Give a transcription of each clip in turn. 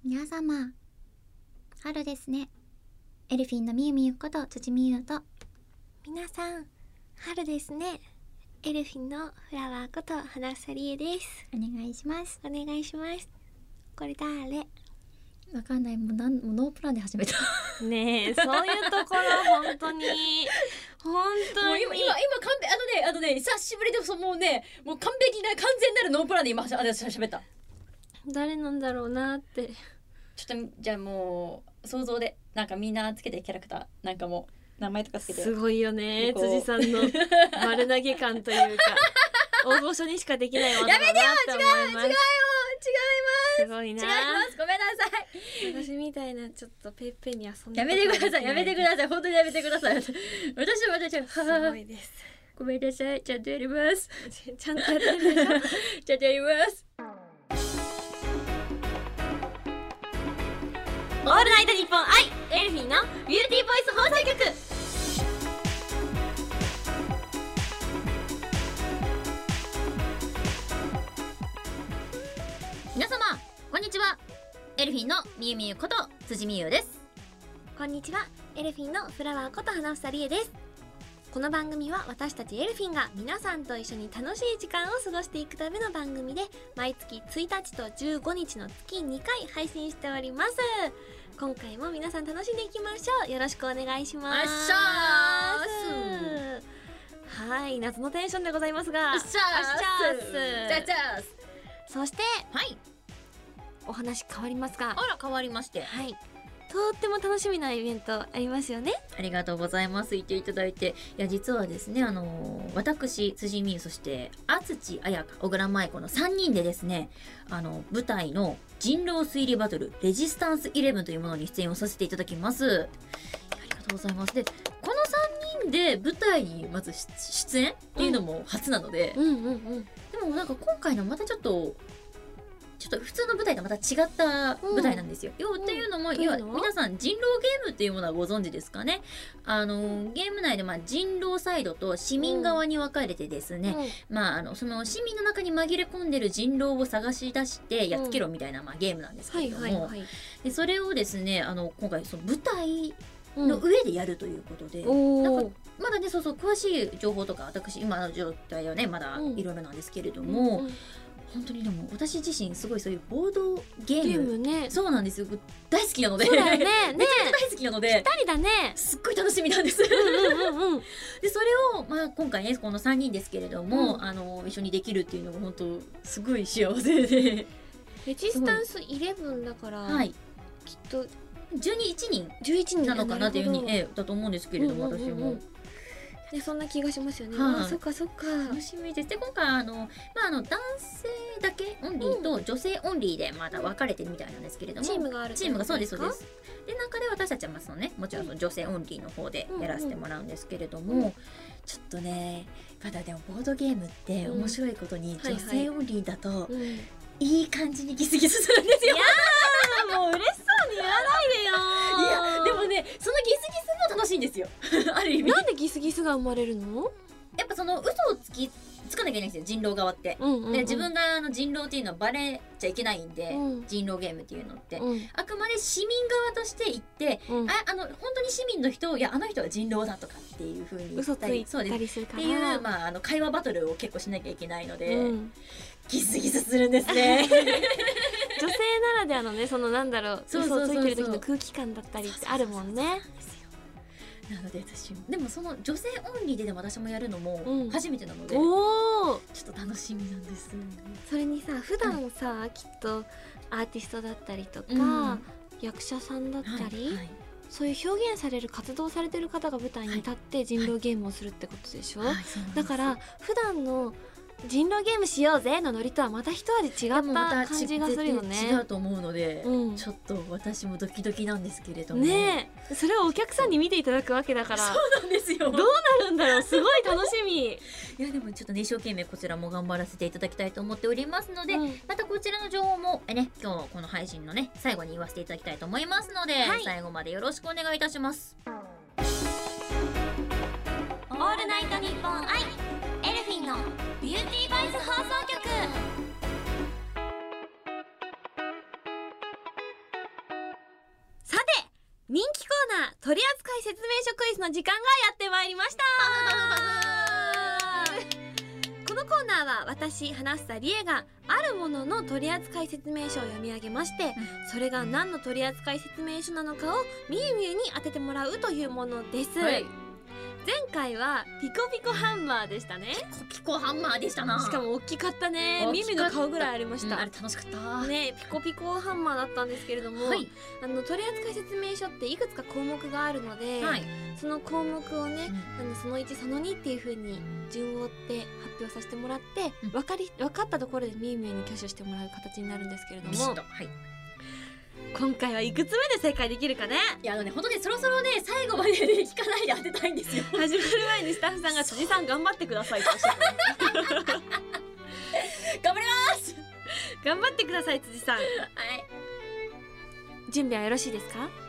皆様、春ですね。エルフィンのみゆみゆこと辻みゆと。 皆さん、春ですね。エルフィンのフラワーこと花さりえです。 お願いします。 お願いします。これ誰？ わかんない。もうノープランで始めた。 ねえ、そういうところ本当に今完璧久しぶりでもうね、もう完全なるノープランで今喋った。 誰なんだろうなって。 ちょっとじゃあもう想像でなんかみんなつけてキャラクターなんかもう名前とかつけて。 すごいよね、辻さんの丸投げ感というか大御所にしかできない技だなって思います。 違いますすごいな。 違います。ごめんなさい。 私みたいなちょっとペッペに遊んでやめてください。やめてください。本当にやめてください。私すごいです。 ごめんなさい。ちゃんとやります。 ちゃんとやってるでしょ。 ちゃんとやります。 オールナイトニッポン愛エルフィンのビューティーボイス放送局。 皆様こんにちは。エルフィンのみゆみゆこと辻みゆです。 こんにちは、エルフィンのフラワーこと花房理恵です。この番組は私たちエルフィンが皆さんと一緒に楽しい時間を過ごしていくための番組で、毎月1日と15日の月2回配信しております。今回も皆さん楽しんでいきましょう。よろしくお願いします。はい、夏のテンションでございますが、そして、 はい、 お話変わりますが、 あら変わりまして、 はい、とっても楽しみなイベントありますよね。 ありがとうございます。言っていただいて。いや実はですね、私辻美優、そして厚地彩香、小倉舞子の3人でですね、舞台の人狼推理バトルレジスタンス11というものに出演をさせていただきます。ありがとうございます。でこの3人で舞台にまず出演っていうのも初なので、でもなんか今回のまたちょっと普通の舞台とまた違った舞台なんですよ。っていうのも、要は皆さん人狼ゲームっていうものはご存知ですかね。ゲーム内で人狼サイドと市民側に分かれてですね、その市民の中に紛れ込んでる人狼を探し出してやっつけろみたいな、ゲームなんですけれども、でそれをですね今回その舞台の上でやるということで、なんかまだね詳しい情報とか私今の状態はねまだいろいろなんですけれども、本当にでも私自身すごいそういうボードゲームね、 そうなんですよ、大好きなので、 そうだよねめちゃくちゃ大好きなので、 ぴったりだね、 すっごい楽しみなんです。でそれを今回ねこの3人ですけれども、一緒にできるっていうのが本当すごい幸せで、 レジスタンス11だから、 はい、 きっと 11人なのかなっていうふうにだと思うんですけれども、私も。 ね、そんな気がしますよね。そっかそっか。 楽しみです。で今回男性だけオンリーと女性オンリーでまだ分かれてるみたいなんですけれども、 チームがある。 チームがそうですそうです。で中で私たちはもちろん女性オンリーの方でやらせてもらうんですけれども、ちょっとねまだでもボードゲームって面白いことに女性オンリーだといい感じにギスギスするんですよ。 もう嬉しそうに言わないでよ。 いやでもねそのギスギスも楽しいんですよ。ある意味。 なんでギスギスが生まれるの？ やっぱその嘘をつかなきゃいけないんですよ、人狼側って。で自分が人狼っていうのはバレちゃいけないんで、人狼ゲームっていうのって、あくまで市民側として言って、本当に市民の人、いやあの人は人狼だとかっていう風に嘘ついたりするからっていう会話バトルを結構しなきゃいけないので、ギスギスするんですね。 女性ならではのね、そのなんだろう、嘘をついてる時の空気感だったりってあるもんね。 なので私でもその女性オンリーでも私もやるのも初めてなので、ちょっと楽しみなんです。 それにさ、普段さ、きっとアーティストだったりとか、役者さんだったり、そういう表現される活動されてる方が舞台に立って人狼ゲームをするってことでしょ。だから普段の人狼ゲームしようぜのノリとはまた一味違った感じがするよね。 違うと思うので、ちょっと私もドキドキなんですけれどもね。それをお客さんに見ていただくわけだから、 そうなんですよ。 どうなるんだろう、すごい楽しみ。いやでもちょっとね一生懸命こちらも頑張らせていただきたいと思っておりますので、またこちらの情報もね今日この配信のね最後に言わせていただきたいと思いますので、最後までよろしくお願いいたします。 オールナイトニッポン愛エルフィンのビューティーバイス放送局。 人気コーナー取扱説明書クイズの時間がやってまいりました。このコーナーは私花房理恵があるものの取扱説明書を読み上げまして、それが何の取扱説明書なのかをみゆみゆに当ててもらうというものです。前回はピコピコハンマーでしたね。 ピコピコハンマーでしたな。 しかも大きかったね。ミミの顔ぐらいありました、 あれ楽しかったね。ピコピコハンマーだったんですけれども、取扱説明書っていくつか項目があるので、その項目をね、その1その2っていう風に順を追って発表させてもらって、分かったところでみゆみゆに挙手してもらう形になるんですけれども、今回はいくつ目で正解できるかね。 いや本当にそろそろね最後まで、ね、聞かないで当てたいんですよ。 始まる前にスタッフさんが辻さん頑張ってくださいっておっしゃって頑張ります頑張ってください辻さん。準備はよろしいですか。 頑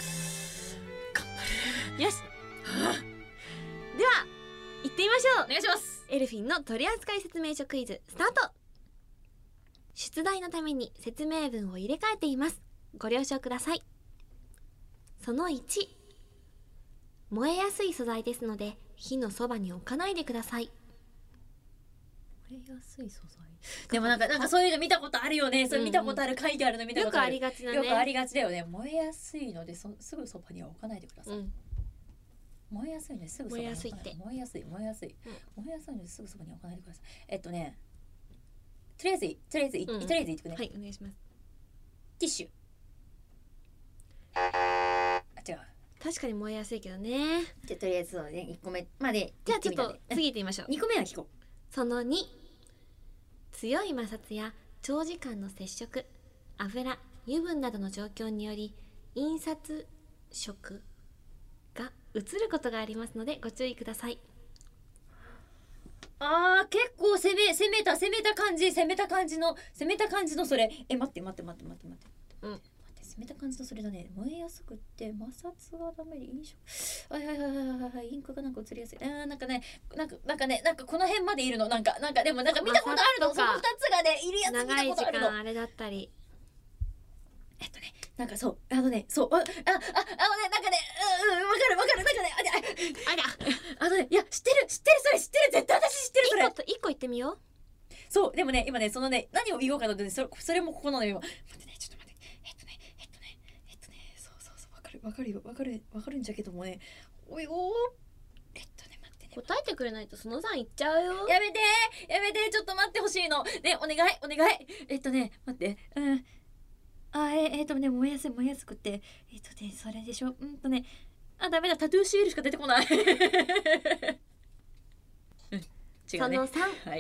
張る。 よしでは行ってみましょう。 お願いします。 エルフィンの取扱説明書クイズスタート。出題のために説明文を入れ替えています。ご了承ください。その1、燃えやすい素材ですので火のそばに置かないでください。 燃えやすい素材。でもなんかそういうの見たことあるよね。それ見たことある、書いてあるの見たことある。 よくありがちなね。 よくありがちだよね。燃えやすいのですぐそばには置かないでください。燃えやすいのですぐそばに置かない。燃えやすいのですぐそばに置かないでください。とりあえず言ってくね。 はい、お願いします。 ティッシュ。違う。 確かに燃えやすいけどね。 じゃとりあえずそうね、1個目まで。 じゃあちょっと次行ってみましょう。 2個目は聞こう。 その2、強い摩擦や長時間の接触、油、油分などの状況により印刷色が移ることがありますのでご注意ください。 結構攻めた感じのそれ。待って、攻めた感じのそれだね。燃えやすくって摩擦がダメで印象。インクがなんか移りやすい。なんかこの辺までいるの。でも見たことあるの。その2つがねいるやつ見たことあるの。 長い時間あれだったり。 わかる。いや知ってるそれ絶対私知ってるそれ。 1個言ってみよう。 そうでもね今ねそのね何を言おうかなってそれもここなのよ。待ってねちょっと待ってそうわかるんじゃけどもね待ってね答えてくれないとその3いっちゃうよ。 やめてちょっと待ってほしいのねお願い待って燃えやすくってそれでしょダメだタトゥーシールしか出てこない違うね。 その3、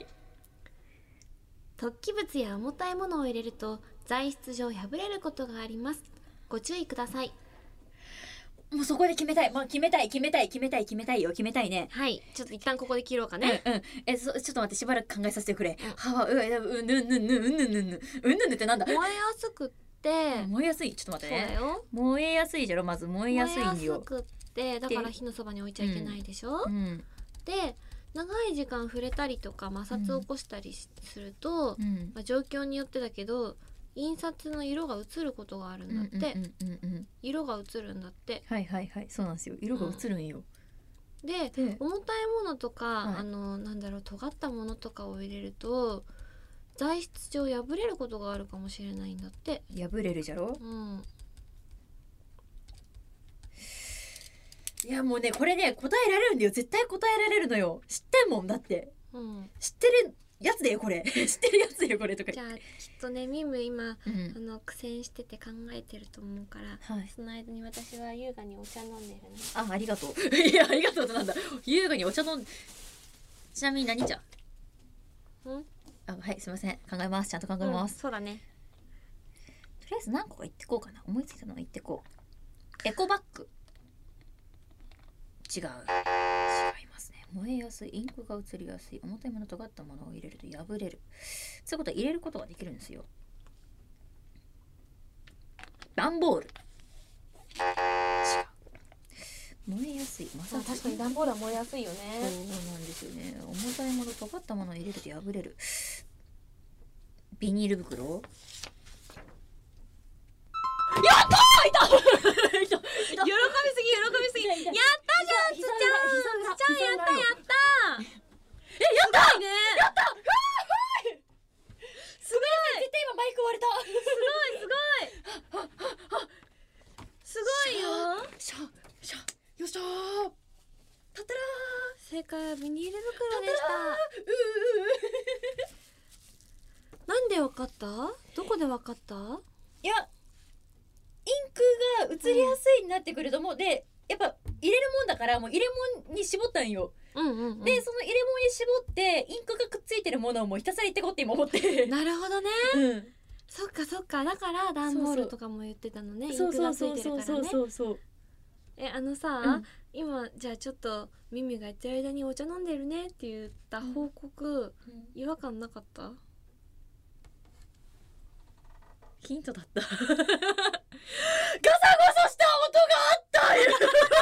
突起物や重たいものを入れると材質上破れることがあります。ご注意ください。 もうそこで決めたい決めたいね。 はい、ちょっと一旦ここで切ろうかね。 ちょっと待ってしばらく考えさせてくれ。うんぬんってなんだ。 燃えやすくって燃えやすいちょっと待ってね。 そうだよ。 燃えやすいじゃろまず燃えやすいんよ。 燃えやすくってだから火のそばに置いちゃいけないでしょ。で長い時間触れたりとか摩擦を起こしたりすると、状況によってだけど印刷の色が移ることがあるんだって。色が移るんだって。 はいそうなんですよ。色が移るんよ。 で重たいものとか、尖ったものとかを入れると材質上破れることがあるかもしれないんだって。 破れるじゃろ。いやもうねこれね答えられるんだよ。絶対答えられるのよ。知ってんもんだって、知ってるやつだよこれ知ってるやつだよこれとか。 じゃあきっとねミム今、苦戦してて考えてると思うから、その間に私は優雅にお茶飲んでるね。 ありがとういやありがとうってなんだ。優雅にお茶飲んちなみに何茶？はいすいません考えます。ちゃんと考えます。 そうだね。 とりあえず何個か言ってこうかな。思いついたのは言ってこう。エコバッグ違いますね。燃えやすい、インクが移りやすい、重たいもの尖ったものを入れると破れる。そういうことは入れることができるんですよ。段ボール違う。燃えやすい。 確かに段ボールは燃えやすいよね。 そうなんですよね。重たいもの尖ったものを入れると破れる。ビニール袋。やったーいたすごいよ。 しゃしゃよっしゃーたったら正解はビニール袋でした。 ーなんでわかった？どこでわかった？ いやインクが移りやすいになってくるともうでやっぱ入れるもんだからもう入れ物に絞ったんよ、 うんうんうん、 でその入れ物に絞ってインクがくっついてるものをもうひたすら言ってこって今思ってなるほどね、 うん、 そっかそっか、だから段ボールとかも言ってたのね。インそうそうクがついてるからね。 そうさ、 うん、 今じゃあちょっとミミが言ってる間にお茶飲んでるねって言った報告、違和感なかった？ ヒントだったガサゴソした音があったよ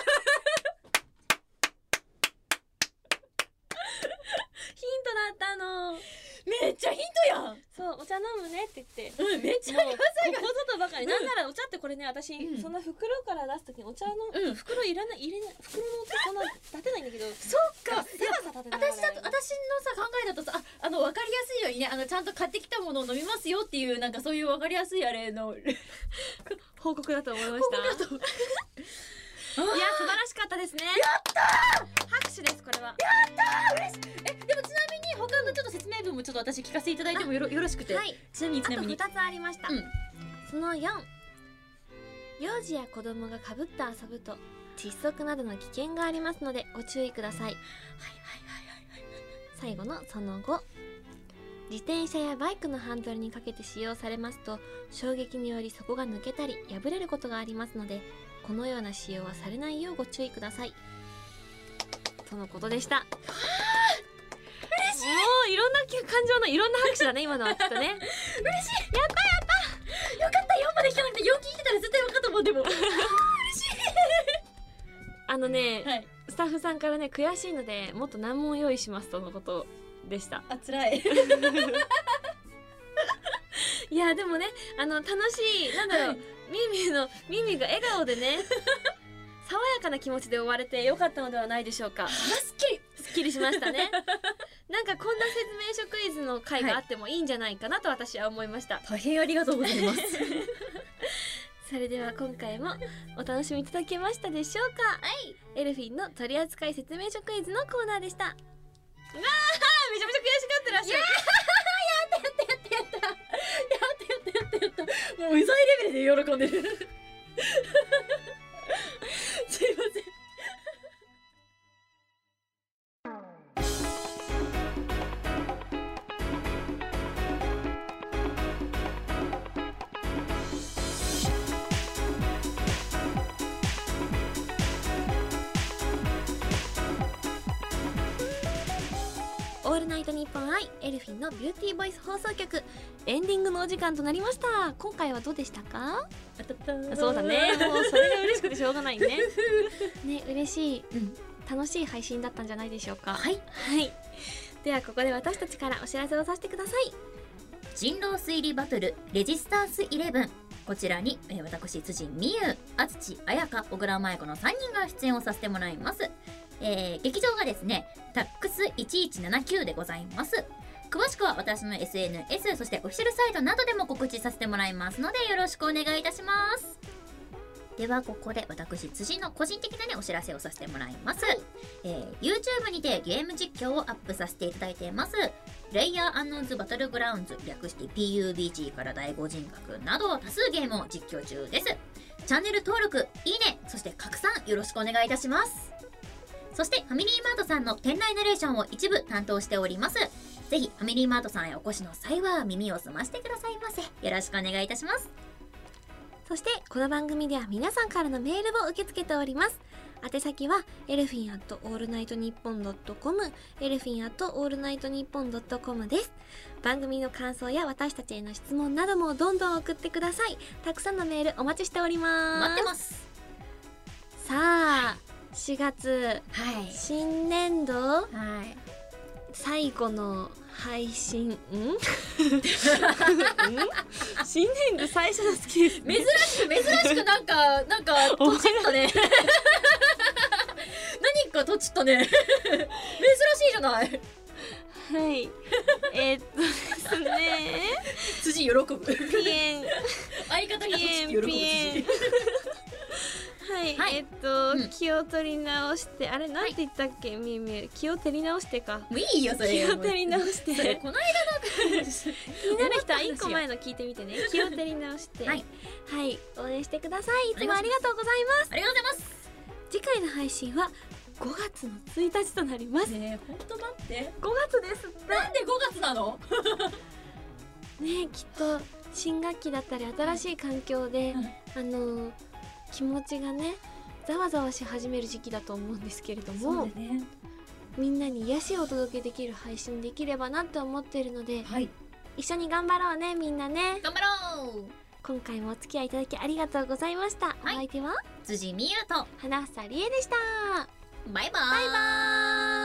ヒントだったの。 めっちゃヒントやん。 そう、お茶飲むねって言って、 めっちゃもうここぞとばかり、なんならお茶ってこれね、私、そんな袋から出すときにお茶の袋入れない袋のそんな立てないんだけど、 そっか、 いや私のさ考えだとさ、分かりやすいようにね、ちゃんと買ってきたものを飲みますよっていうなんかそういう分かりやすいあれの報告だと思いました。いや素晴らしかったですね。やったー、拍手です。これはやったー、嬉しい。でもちなみに他のちょっと説明文もちょっと私聞かせていただいてもよろしくて、はい、ちなみにあと2つありました、その4、幼児や子供がかぶって遊ぶと窒息などの危険がありますのでご注意ください。最後のその5、自転車やバイクのハンドルにかけて使用されますと衝撃により底が抜けたり破れることがありますので、このような使用はされないようご注意くださいとのことでした。嬉しい。もういろんな感情のいろんな拍手だね今のはきっとね。嬉しい。やったよかった。4まで聞かなくて4聞いてたら絶対分かったもん。でも嬉しい。 はい、スタッフさんからね、悔しいのでもっと難問用意しますとのことでした。 辛い。 いやでもね、楽しい、なんだろう、ミミが笑顔でね爽やかな気持ちで終われてよかったのではないでしょうか。 すっきりしましたね。なんかこんな説明書クイズの回があってもいいんじゃないかなと私は思いました。 大変ありがとうございます。 それでは今回もお楽しみいただけましたでしょうか。はい、エルフィンの取扱説明書クイズのコーナーでした。めちゃめちゃ悔しがってらっしゃる。 やったもううざいレベルで喜んでる。すいません。 オールナイトニッポンアイ、エルフィンのビューティーボイス放送局、エンディングのお時間となりました。今回はどうでしたか？そうだね、もうそれが嬉しくてしょうがないね。ね、嬉しい、楽しい配信だったんじゃないでしょうか。はい、ではここで私たちからお知らせをさせてください。 人狼推理バトルレジスタンス11、こちらに、私辻美優、あつちあやか、小倉舞子の3人が出演をさせてもらいます。劇場がですね、タックス1179でございます。詳しくは私の SNS、そしてオフィシャルサイトなどでも告知させてもらいますのでよろしくお願いいたします。ではここで私辻の個人的なねお知らせをさせてもらいます。YouTube にてゲーム実況をアップさせていただいています。プレイヤーアンノーンズバトルグラウンズ、略して PUBG から第5人格など多数ゲームを実況中です。チャンネル登録、いいね、そして拡散よろしくお願いいたします。そしてファミリーマートさんの店内ナレーションを一部担当しております。ぜひファミリーマートさんへお越しの際は耳を澄ましてくださいませ。よろしくお願いいたします。 そしてこの番組では皆さんからのメールを受け付けております。宛先はエルフィン@allnightnippon.com、エルフィン@allnightnippon.com です。番組の感想や私たちへの質問などもどんどん送ってください。たくさんのメールお待ちしております。 待ってます。 さあ、4月、新年度、最後の配信新年度最初の月です、ね、 珍しくなんかとちったね。何かとちったね。珍しいじゃない。 はい。ですですね。 辻喜ぶ。 ピエン相方がそっちって喜ぶピエン辻。 はい、 はい気を取り直してあれなんて言ったっけ、みゆみゆ気を取り直してか。 もういいよそれ。 気を取り直してそれこの間の気になる人は1個前の聞いてみてね。気を取り直してはい、 はい応援してください。いつもありがとうございます。 ありがとうございます。 次回の配信は5月の1日となります。 ねえほんと待って 5月ですってなんで5月なの？ ね。きっと新学期だったり新しい環境で、気持ちがねざわざわし始める時期だと思うんですけれども、 ね。 みんなに癒しをお届けできる配信できればなって思っているので、 はい。 一緒に頑張ろうねみんなね。 頑張ろう。 今回もお付き合いいただきありがとうございました。 はいお相手は辻美優と花房理恵でした。 バイバイ。 バイバーイ。